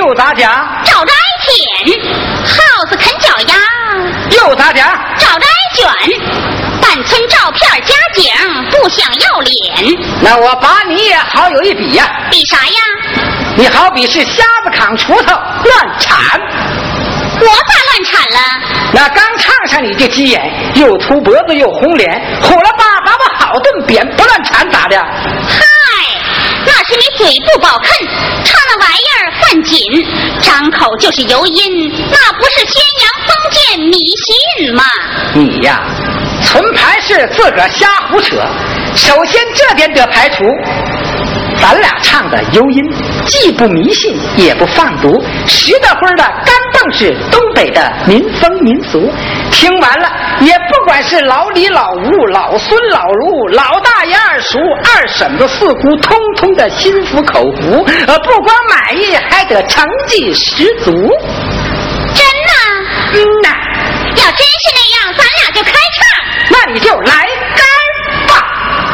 又咋讲？ 照着挨舔，耗子啃脚丫。 又咋讲？ 照着挨卷，半村照片加景，不想要脸。 那我把你也好有一比呀。 比啥呀？ 你好比是瞎子扛锄头乱铲。 我咋乱铲了？ 那刚唱上你这鸡眼，又秃脖子又红脸，虎了吧把我好顿扁，不乱铲咋的？ 嗨，那是你嘴不饱啃，唱那玩意儿犯紧，张口就是油音，那不是宣扬封建迷信吗？ 你呀，纯牌是自个儿瞎胡扯。首先这点得排除，咱俩唱的油音，既不迷信也不放毒，实得灰的干蹦是东北的民风民俗。听完了也不管是老李老吴老孙老卢老大爷二叔二婶子四姑，通通的心服口服，不光满意还得成绩十足。 真呐？ 呐， 要真是那样，咱俩就开唱。 那你就来干吧。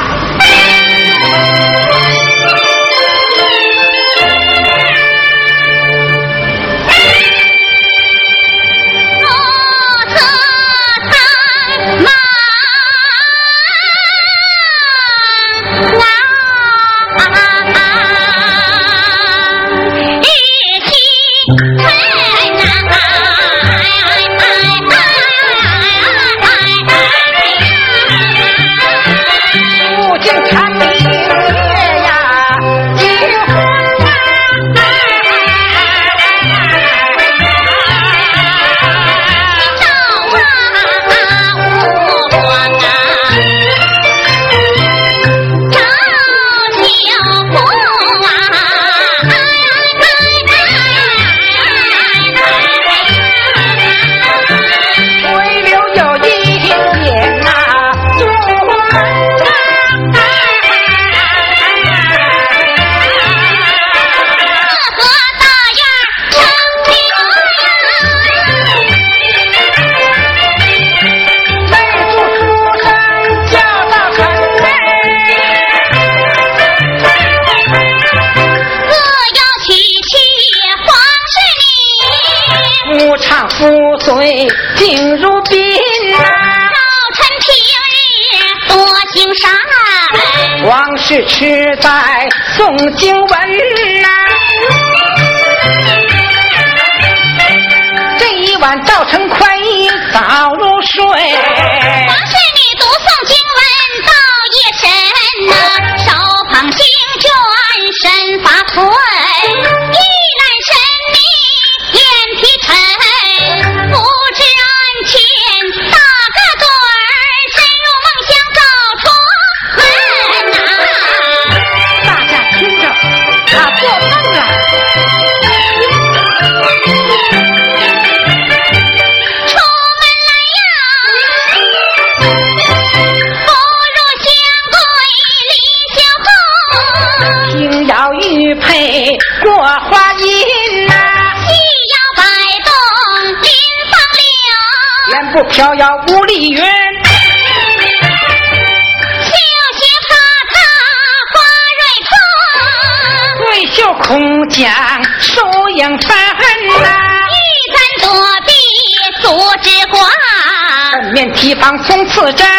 敬如宾早晨平日多行善， 往事痴在诵经文这一晚早晨快意早入睡， 光是你读诵经文到夜深手捧经卷身发困，一览神明眼皮沉，不知案前打个盹儿，深入梦乡早出门大家听着，他做梦了。玉佩过花银细腰摆动临风流， 远步飘摇五里云， 绣鞋踏踏花蕊对袖空将疏影分玉簪躲避足之挂， 正面提防松刺针，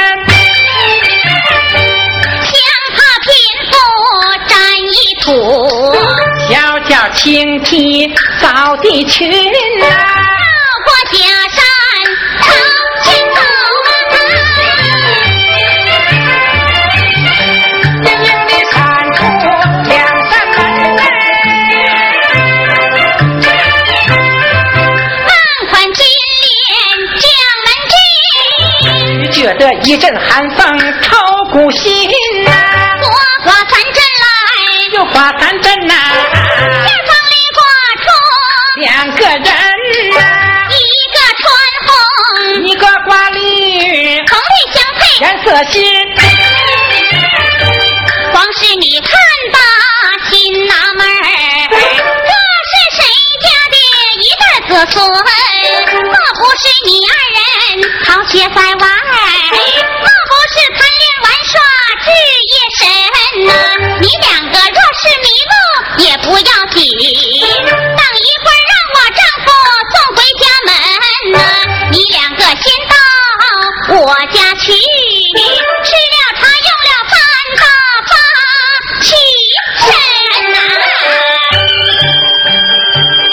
小脚轻踢扫地裙绕过假山长青沟远远地看出两扇门万款金莲将门进， 只觉得一阵寒风透骨心花三针来又花三针下床里挂出两个人一个穿红一个挂绿， 红绿相配颜色新， 光是你看吧心纳闷儿，这是谁家的一对子孙，莫不是你二人逃学在外，莫不是贪恋玩耍至夜深你两个若是迷路也不要紧，等一会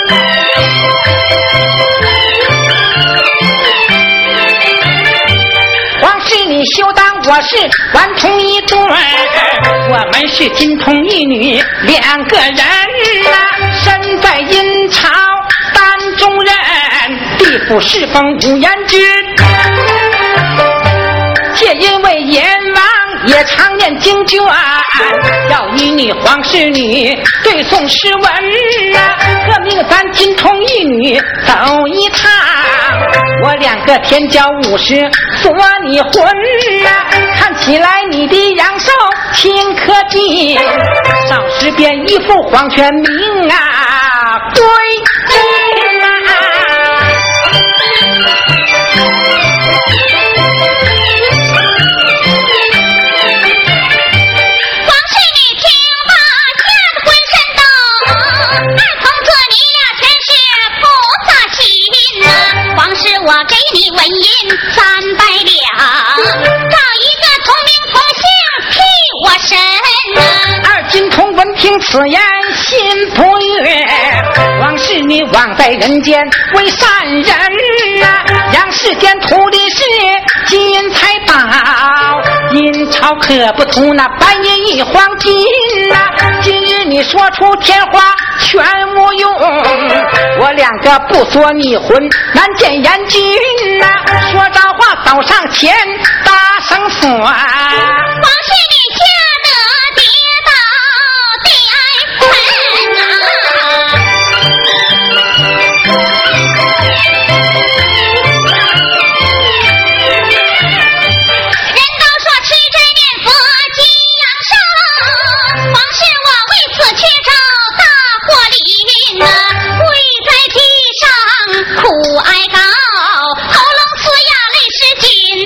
皇室你休当我是顽童一对，我们是金童一女两个人身在阴曹担重任，地府侍奉无言之。且因为阎王也常念经卷，要与你皇室女对诵诗文革命咱金童一女走一趟，我两个天骄50锁你魂看起来你的阳寿挺可敬，少时便一副黄泉名归京我给你纹银300两，找一个同名同姓替我审二金童闻听此言心不悦，王氏女枉在人间为善人让世间图的是金财宝，阴曹可不图那半银一黄金今日你说出天话全无用，我两个不锁你魂难见阎君说着话走上前大声说， 皇室你吓得跌倒地挨喷人都说吃斋念佛吉阳寿，皇室我为此去找大祸临跪在地上苦哀告，喉咙嘶哑泪湿巾，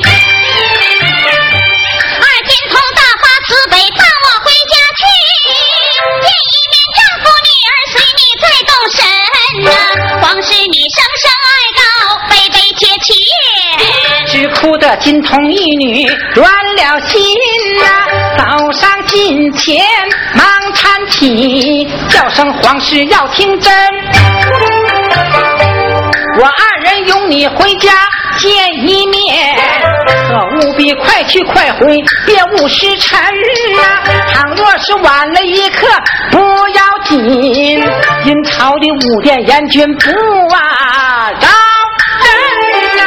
二金童大发慈悲放我回家去，见一面丈夫女儿随你再动身皇室你声声哀告悲悲切切， 只哭得金童一女软了心走上近前忙搀起叫声皇室要听真，我二人拥你回家见一面，可务必快去快回别误时辰倘若是晚了一刻不要紧，阴曹的5殿阎君不饶人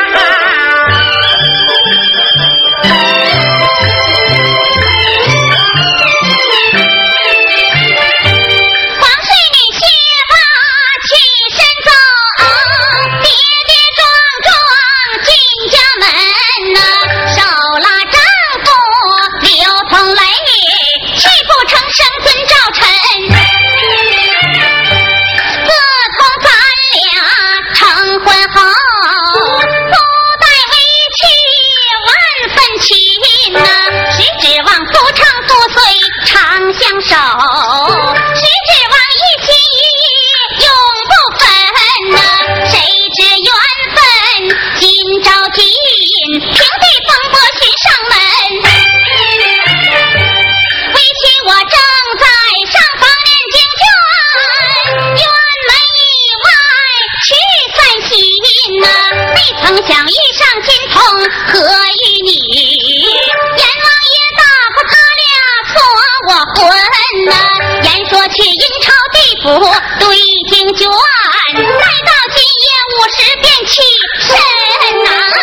对经卷，待到今夜50便起身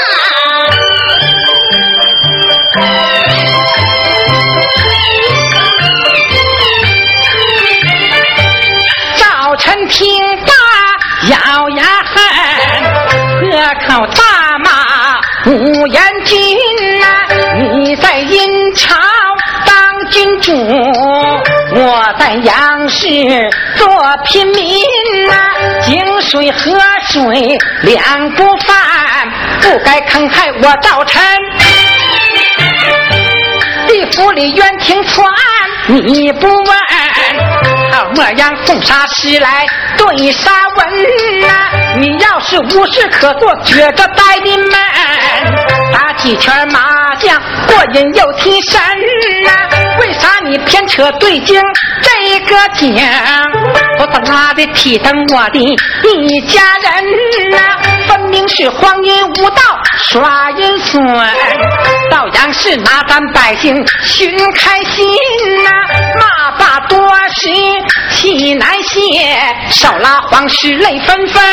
早晨听罢咬牙恨，破口大骂无言君你在阴曹当君主，我在阳世做平民井水河水两不犯，不该坑害我赵臣。地府里冤情错案你不问，好模样送杀诗来对杀文你要是无事可做，觉着带你们打几圈麻将，过瘾又提神啊！为啥你偏扯对经这个经？我把拉的提等我的一家人啊，分明是荒淫无道耍阴损，照样是拿咱百姓寻开心啊！骂罢多时气难泄，少拉皇室泪纷纷。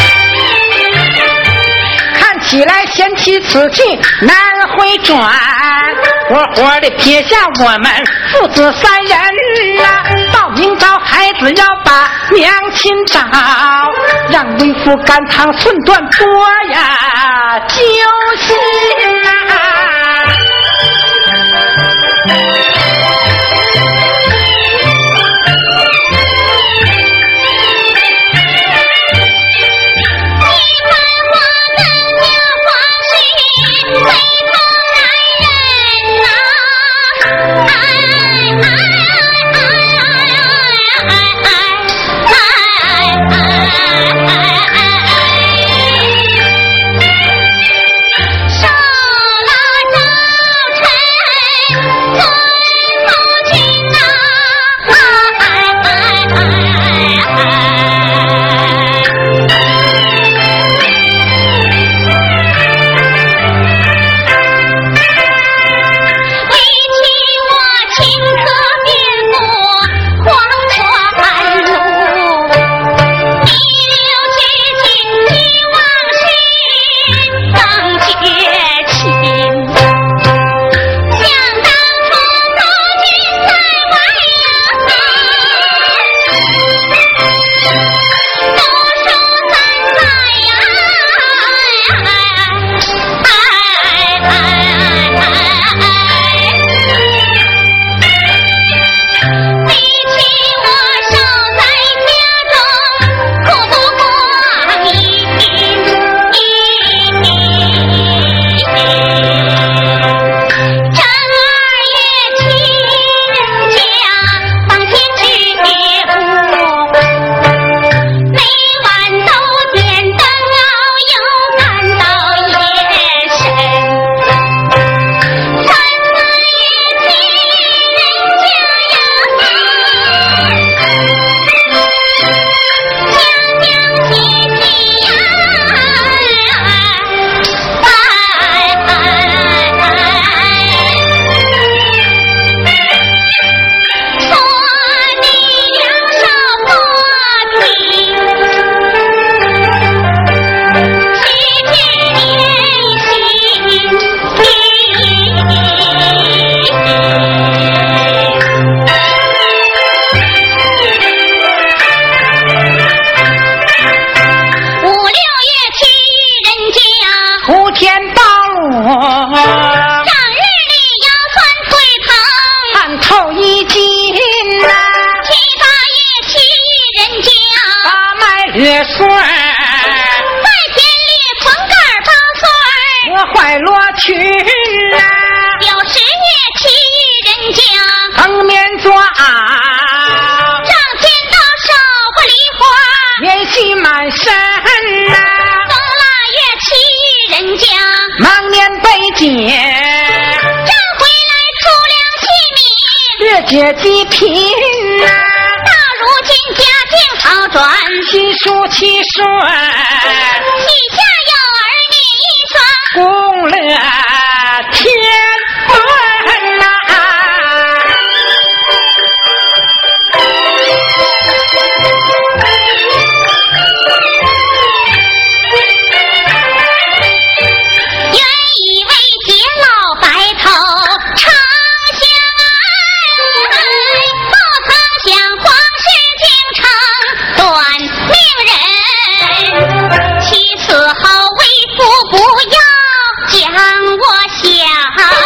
看起来嫌弃此去难回转，活活的撇下我们父子三人啊！到明朝孩子要把娘亲找，让为父肝汤寸断波呀揪心啊！解济贫啊， 到如今家境好转， 心舒气顺， 喜下有儿女一双， 共乐天伦啊！ 原以为结老白头长相爱，不曾想皇室京城短命人，其此后为父不要将我想。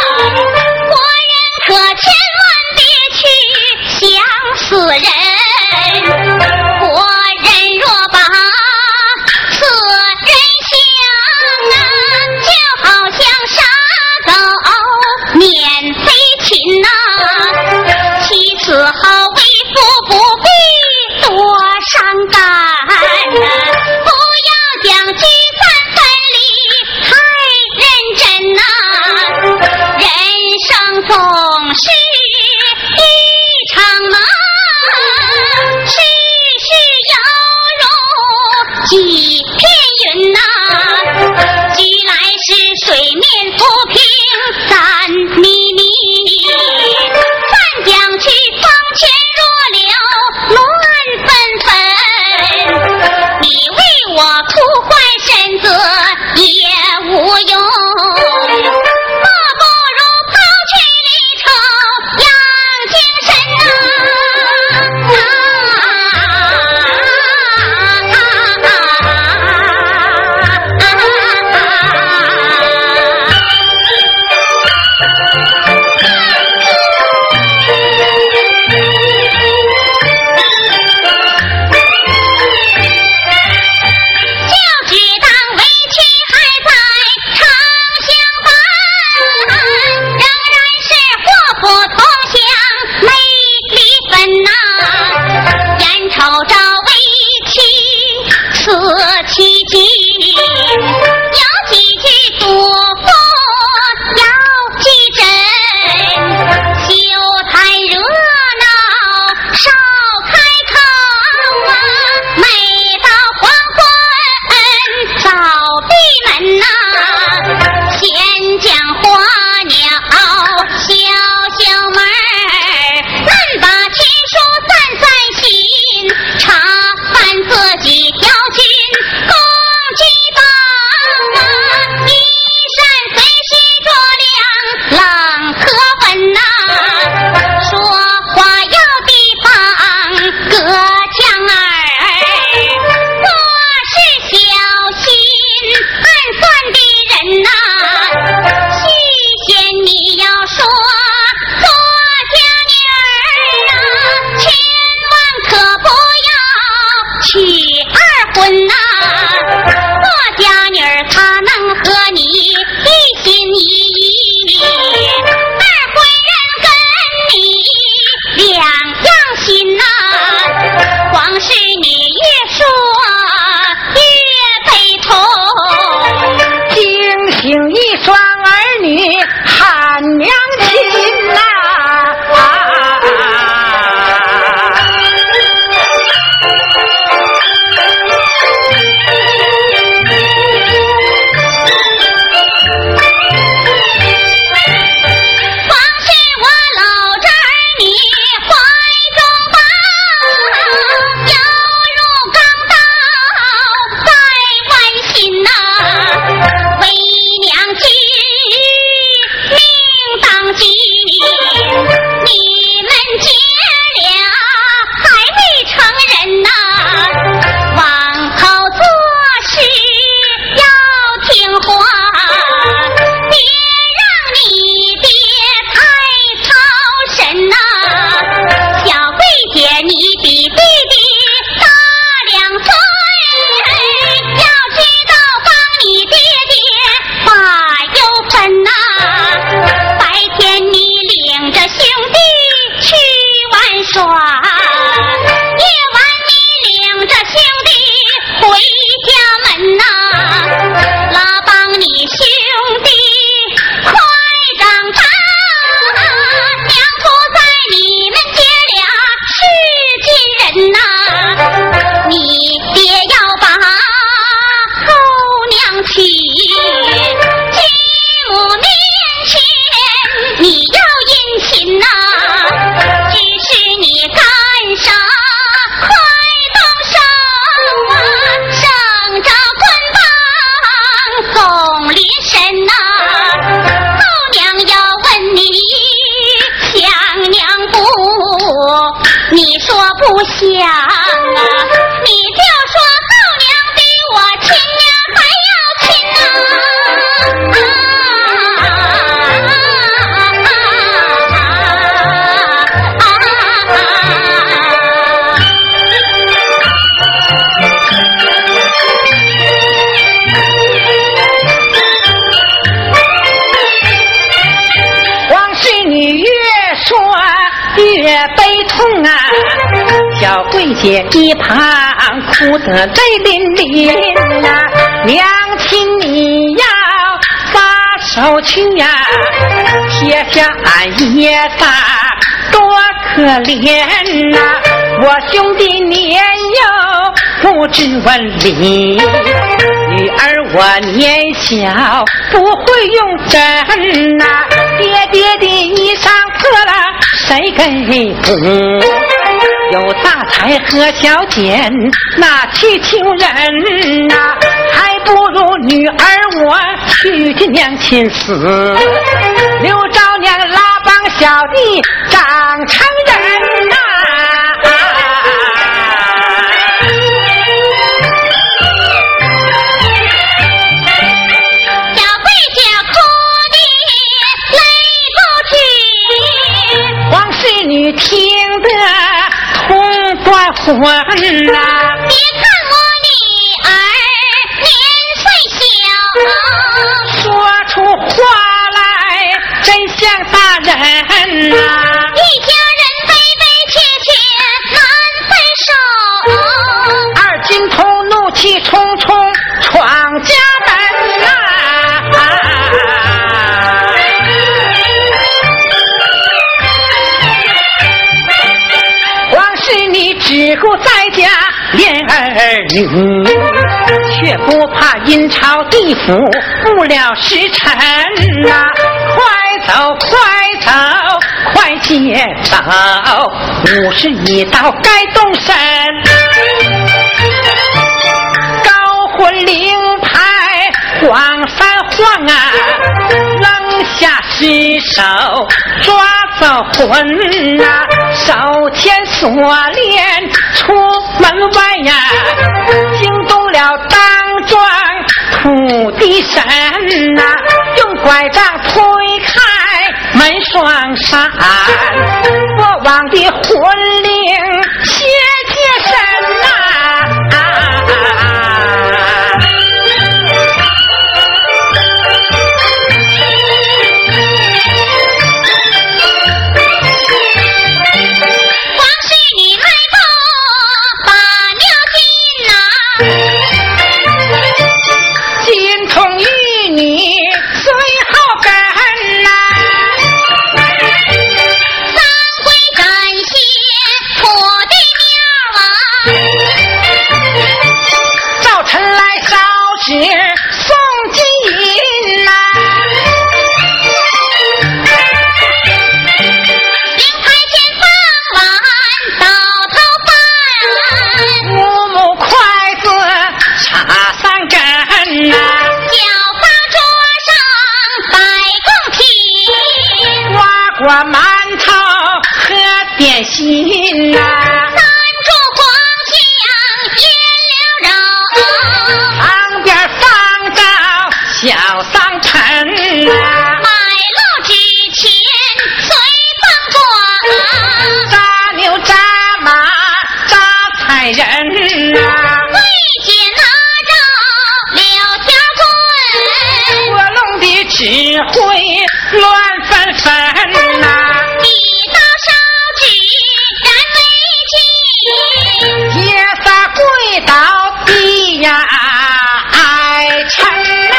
句，有几句嘱咐要记真，休谈热闹少开口啊，每到黄昏早闭门呐，先将花鸟小小门儿，难把亲疏散在心，茶饭自己调军共击棒啊，衣衫随需着量冷和温呐，说话要提防隔墙耳，做事小心暗算的人呐，细先你要说做家女儿啊，千万可不要娶二婚呐，做家女儿她能和你一心一意，二婚人跟你两样心呐，光是你越说越悲痛， 惊醒一双儿女喊娘亲呐、 光是我搂着儿女怀中抱，犹如钢刀在剜心呐，为娘举命当急，你们姐俩还未成人呐，往后做事要听话，别让你爹太操神呐，小桂姐你比弟弟大2岁，要知道帮你爹爹把忧分呐，白天你领着兄弟去玩耍，夜晚你领着兄弟回家门呐，拉帮你兄弟快长大，娘不在你们姐俩是亲人呐，你爹要把后娘娶，继母面前你要殷勤呐，只是你干啥快动手啊，省着棍棒拱临身呐，后娘要问你想娘不，你说不想啊，你就说后娘比我亲娘还要亲光是你越说越悲痛啊，小桂姐一旁哭得泪淋淋啊，娘亲你要撒手去呀、撇下俺爷仨多可怜呐、我兄弟年幼不知文理，女儿我年小不会用针呐、爹爹的衣裳破了谁给补？有大财和小姐拿去求人呐、还不如女儿我娶去娘亲死，刘昭娘拉帮小弟长成人呐、 小桂姐哭的泪不止， 光是你听得痛断魂呐、 别看我女儿年岁小， 说出话来真像大人呐、 一家人悲悲切切难分手， 二金童怒气冲冲女，却不怕阴曹地府误了时辰啊！快走快走快接走，51道该动身，高魂灵牌往翻晃啊，扔下尸首抓走魂啊，手牵锁链出门外呀，惊动了当庄土地神啊，用拐杖推开门双扇，过往的魂灵切切身啊！我馒头和点心呐， 三炷黄香烟缭绕， 旁边放着小桑盆呐， 买路之前随风过， 扎牛扎马扎彩人呐， 对姐拿着柳条棍， 我弄的指挥乱纷纷呐。倒地呀，哀沉呐！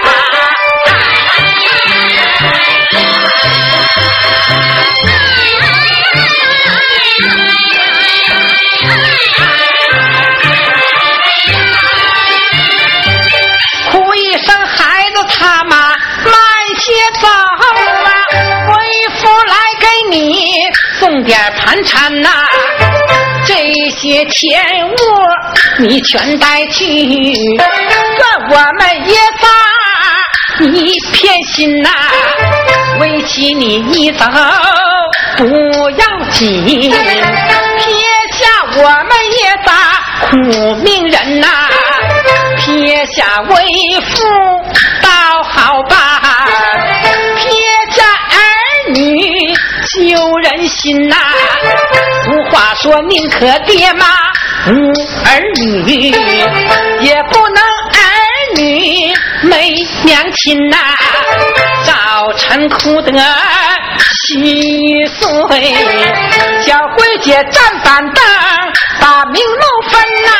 哭一声，孩子他妈慢些走啊！为父来给你送点盘缠呐。这些田物你全带去，愿我们爷仨一片心呐，为妻你一走不要紧，撇下我们爷仨苦命人呐，撇下为父倒好吧，撇下儿女救人心呐。俗话说宁可爹妈无儿女，也不能儿女没娘亲呐，早晨哭得稀碎，小慧姐站板凳把名路分呐。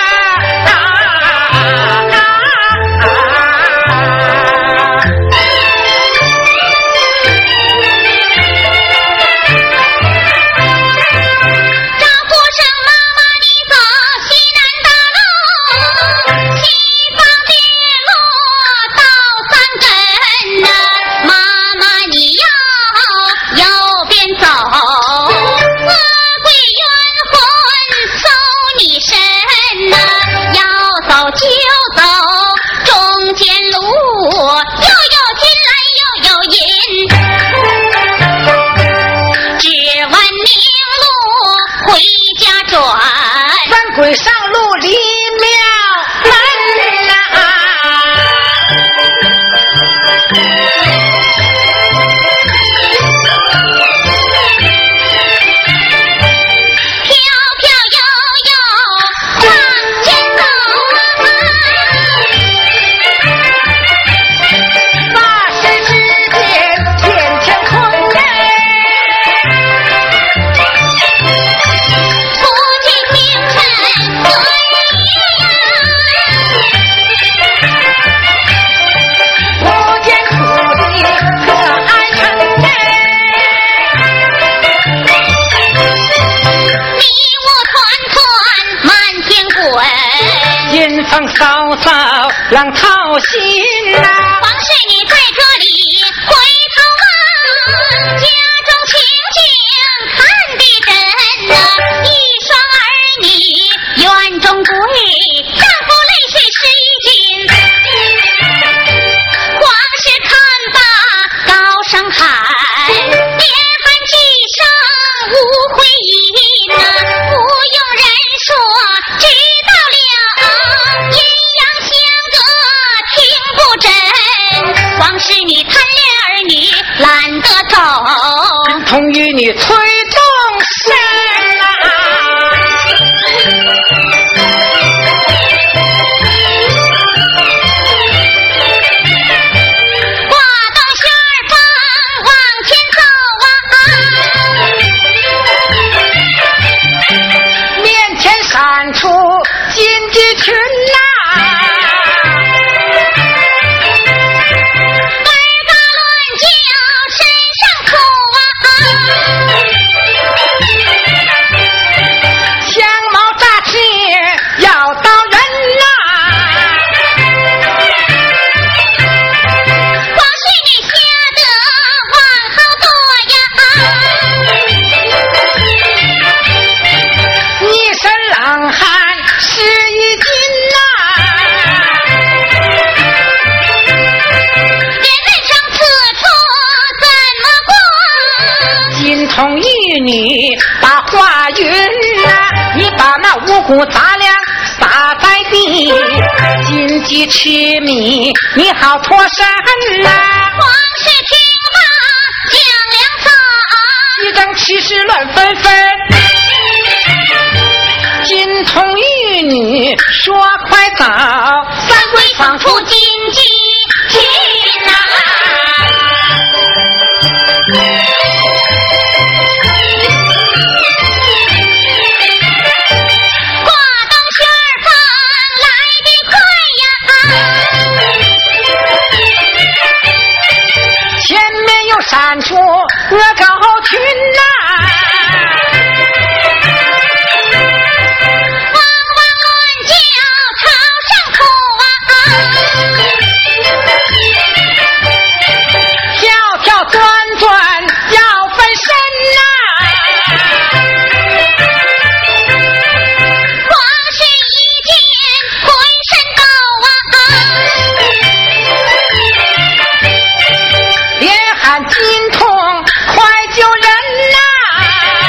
鬼上路离庙门呐， 飘飘悠悠往前走， 发誓之间天乾坤不见清晨。 风嫂嫂浪淘心啊！ 皇室你在这里回头望，家中情景看得真呐，一双儿女院中归，丈夫泪水湿衣襟。皇室看罢高声喊，年寒季上无回音呐，不用人说知道了，阴阳相隔听不真。皇室你贪恋儿女懒得走， 童与女催动身挂动旋儿放往前走啊， 面前闪出金鸡群呐！童玉女把话云啊，你把那五谷杂粮撒在地，金鸡吃米你好脱身呐。 皇室听罢将粮撒， 西征骑士乱纷纷。金童玉女说快早， 三归放出金鸡群呐。 闪出鹅高群呐， 汪汪乱叫朝上哭啊， 跳跳转转要分身呐， 皇室一见浑身抖啊， 金童快救人呐！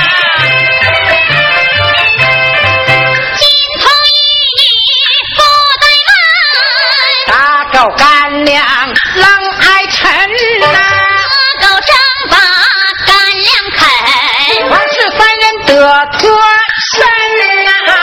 金童玉女不怠慢， 大狗干粮狼爱臣呐， 大狗正把干粮啃， 皇室三人得脱身呐。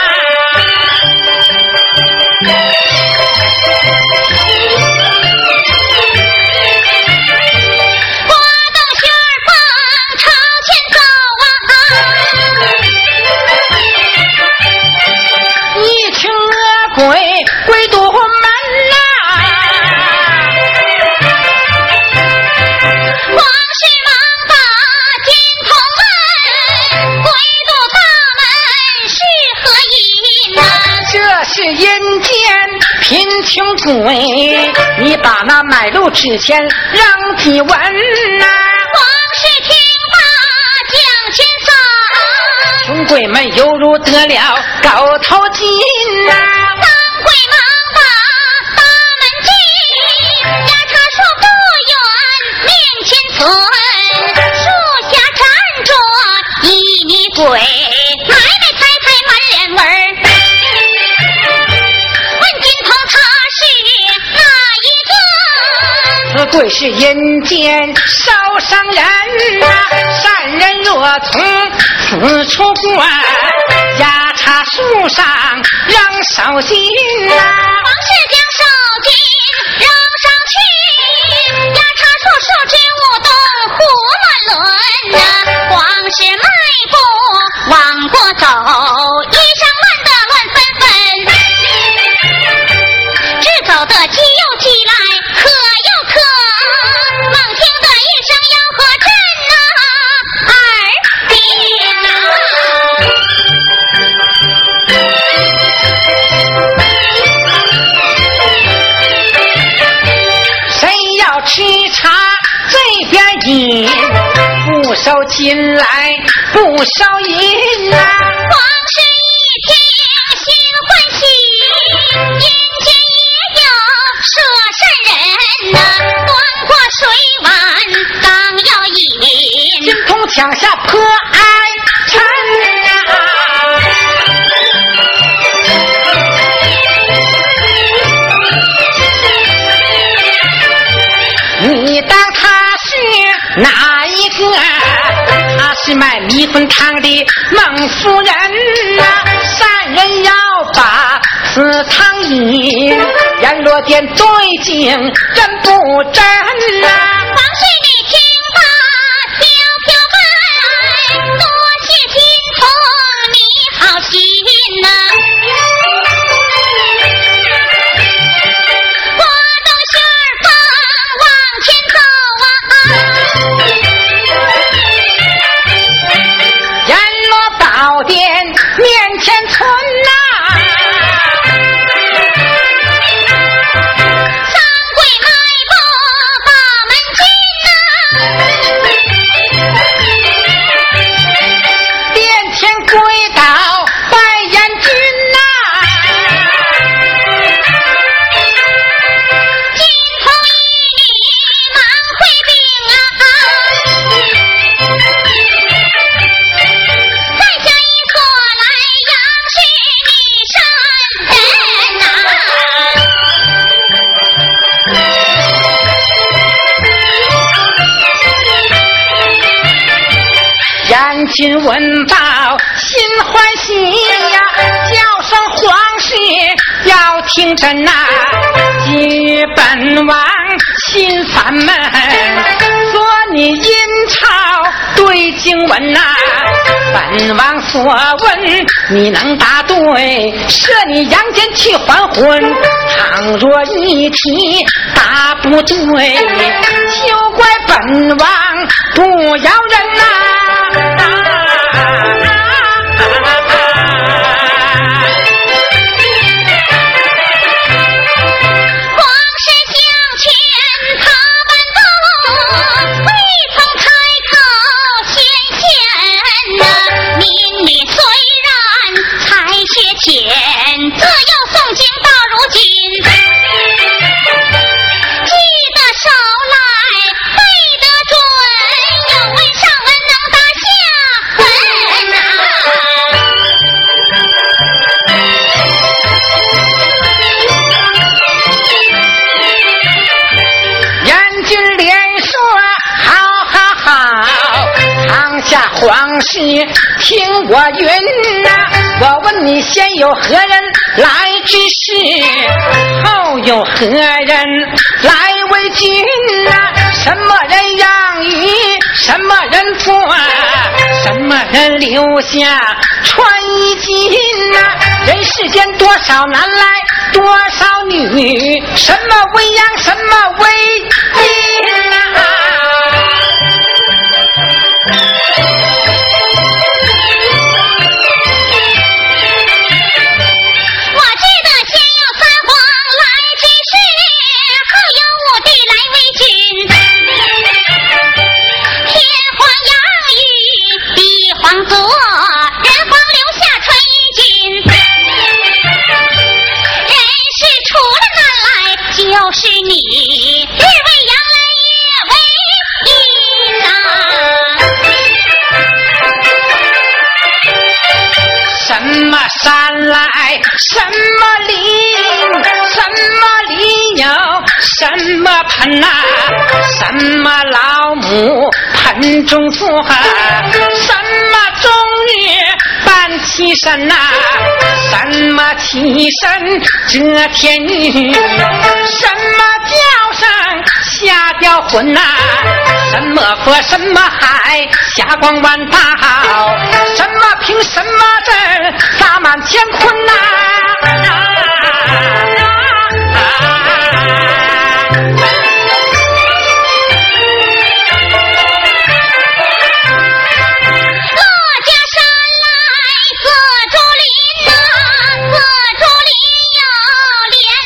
归都门呐， 皇室忙把金童问，归都大门是何意呐？ 这是阴间贫穷鬼，你把那买路纸钱让几文呐？ 皇室听罢将钱撒， 穷鬼们犹如得了高头金呐。 贵忙把大门进，衙差说不远面前存，树下站着一女鬼，奶奶太太满脸纹儿。问金童他是哪一个？ 此鬼是阴间烧伤人啊，善人若从此处过，衙差树上让烧金啊。 皇室将烧金扔上去，衙差说手指舞动胡乱伦呐，皇室迈步往过走，衣裳乱得乱纷纷，只走得急又急来可又可，猛听得一声吆喝震呐，耳边呐。 银，不收金来不收银呐。 皇室一听心欢喜，阴间也有舍善人呐，端过水碗刚要饮， 金童抢下破爱臣啊。你当他是哪一个？他是卖迷魂汤的孟夫人呐、善人要把此汤饮，阎罗殿对镜真不真呐、 皇室你听罢飘飘拜，多谢金童你好心呐、我东西儿方往前走啊， 阎罗宝殿面前存呐、 三跪迈步把门进呐、 殿前跪倒拜阎君呐、 金童一女忙回禀啊，在下一所来杨氏你善人呐、 阎君闻报心欢喜呀，叫声皇室要听真呐、今日本王心烦闷，做你阴朝对经文呐、本王所问你能答对，赦你阳间去还魂。倘若一题答不对，休怪本王不饶人呐、 皇室向前他搬走，未曾开口先贤呐、民女虽然才学浅，自幼诵经到如今，记得手来背得准，有问上文能答下文呐、 阎君连说好好好，堂下皇室听我云呐、我问你先有何人来之事，后有何人来为君呐、什么人养育，什么人做，什么人留下穿衣襟呐、人世间多少男来多少女，什么为养，什么为阴呐、 我记得先有三皇来军事，后有五帝来为君。天皇养育地皇做，人皇留下穿衣襟。人世除了男来就是你，日为阳来夜为阴呐、 什么山来什么林，什么林有什么盆呐、什么老母盆中坐，什么终日办起身呐、什么起身遮天女，什么叫声下掉魂呐、什么佛什么海霞光万道，什么凭什么阵洒满乾坤呐、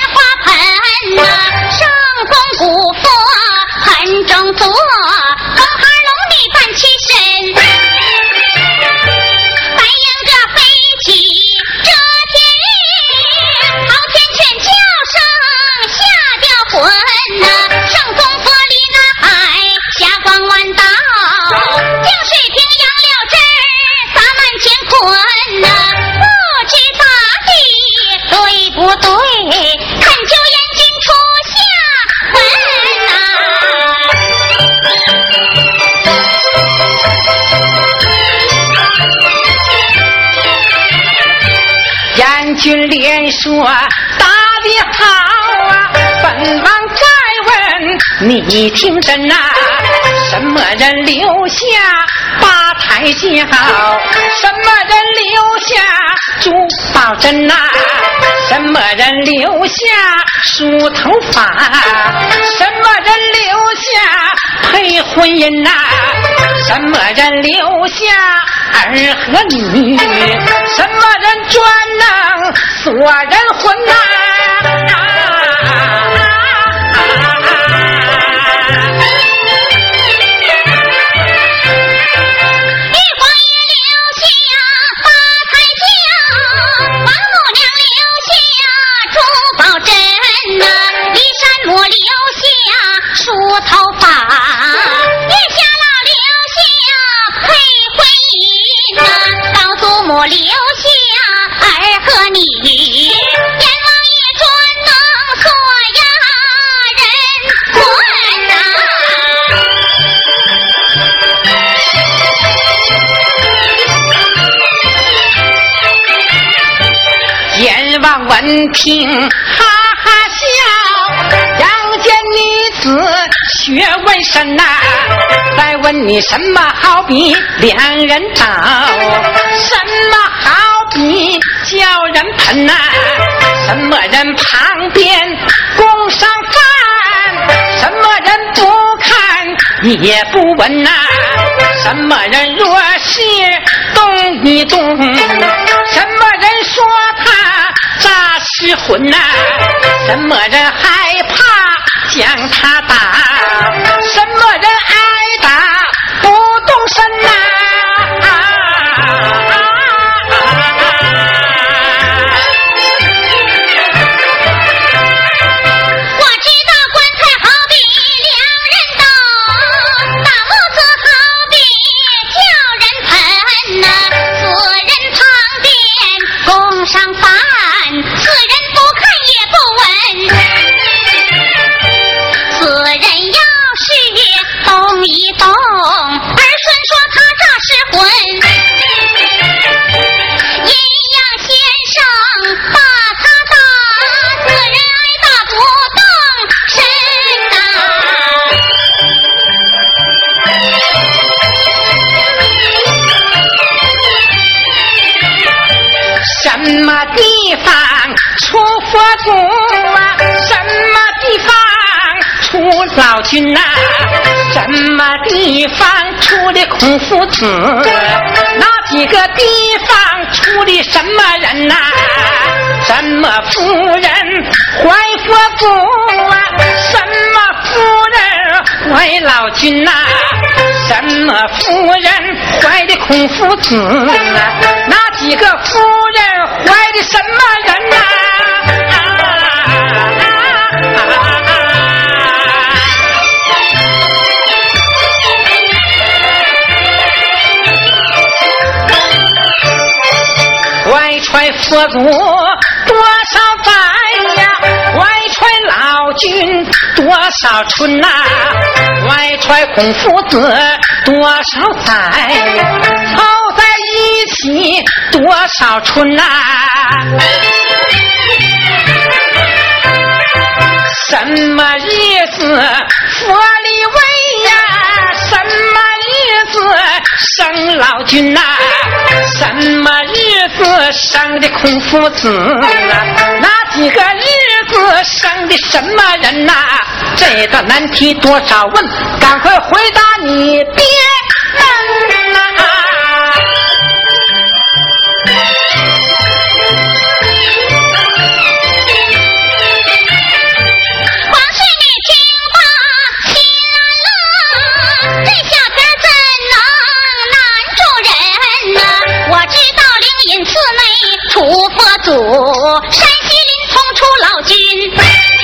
中做。 说打得好啊，本王再问你听真啊，什么人留下八抬轿，什么人留下珠宝针啊，什么人留下梳头发，什么人留下配婚姻啊，什么人留下儿和女，什么人专能锁人魂啊，梳头发，月下老留下配婚姻呐，高祖母留下儿和女，阎王爷专能锁呀人魂呐。阎王闻听哈哈笑，杨见女子学问深呐，再问你什么好比两人找，什么好比叫人盆呐，什么人旁边供上饭，什么人不看也不闻呐，什么人若是动一动，什么人说他诈尸魂呐，什么人害怕将他打，什么人挨打不动身呐，我知道棺材好比两人斗，大木子好比叫人盆呐，死人旁边供上饭，死人不看也不闻，死人要是动一动，儿孙说他诈尸魂，阴阳先生把他打，死人挨打不动身呐。什么地方出佛祖啊，什么地方出老君呐，什么地方出的孔夫子，哪几个地方出的什么人呐，什么夫人怀佛祖啊，什么夫人怀老君呐，什么夫人怀的孔夫子啊，哪几个夫人怀的什么人呐，外揣佛祖多少载呀，外揣老君多少春呐，外揣孔夫子多少载，凑在一起多少春呐，什么日子佛里为呀，什么日子生老君呐，什么日子生的孔夫子啊，哪几个日子生的什么人呐，这个难题多少问，赶快回答你别问呐。出佛祖，山西临潼出老君，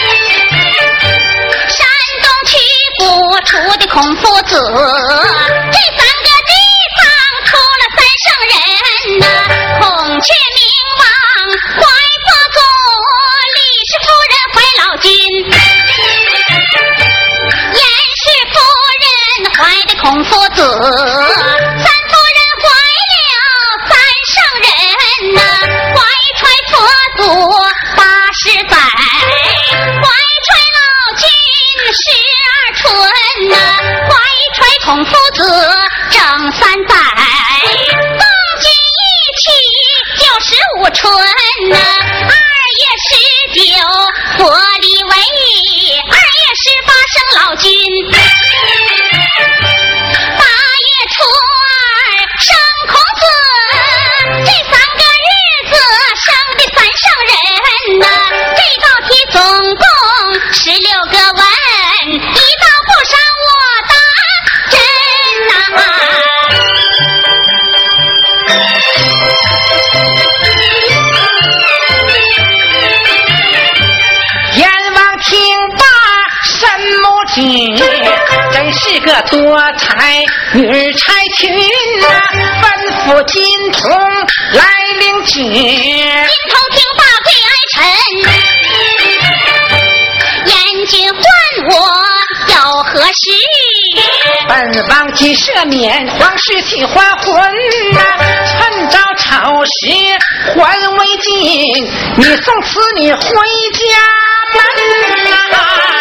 山东曲阜出的孔夫子，这三个地方出了三圣人呐，孔雀明王怀佛祖，李氏夫人怀老君，严氏夫人怀的孔夫子，三夫人怀了三圣人呐，怀揣佛祖把个多彩女差群吩咐金童来领旨。金童听罢最哀沉，燕君唤我要何事？ 本王即赦免皇室喜还魂趁早朝时还为禁，你送此女回家门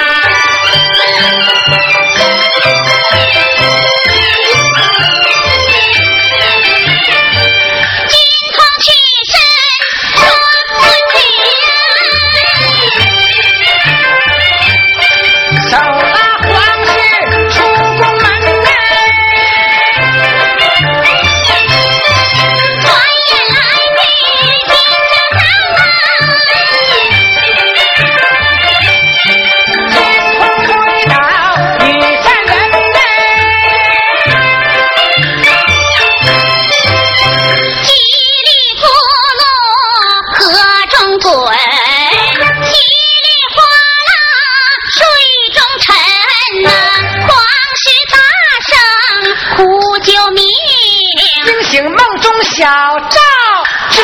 小赵晨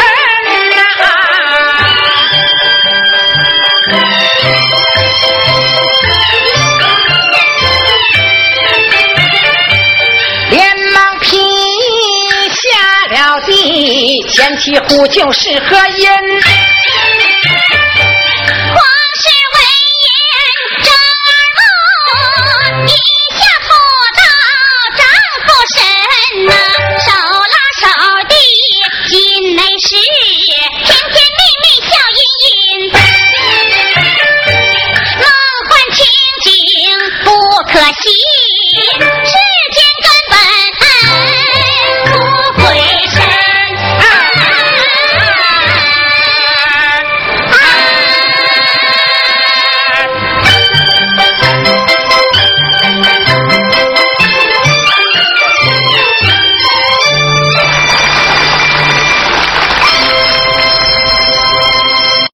连忙劈下了地，前妻呼救是何因？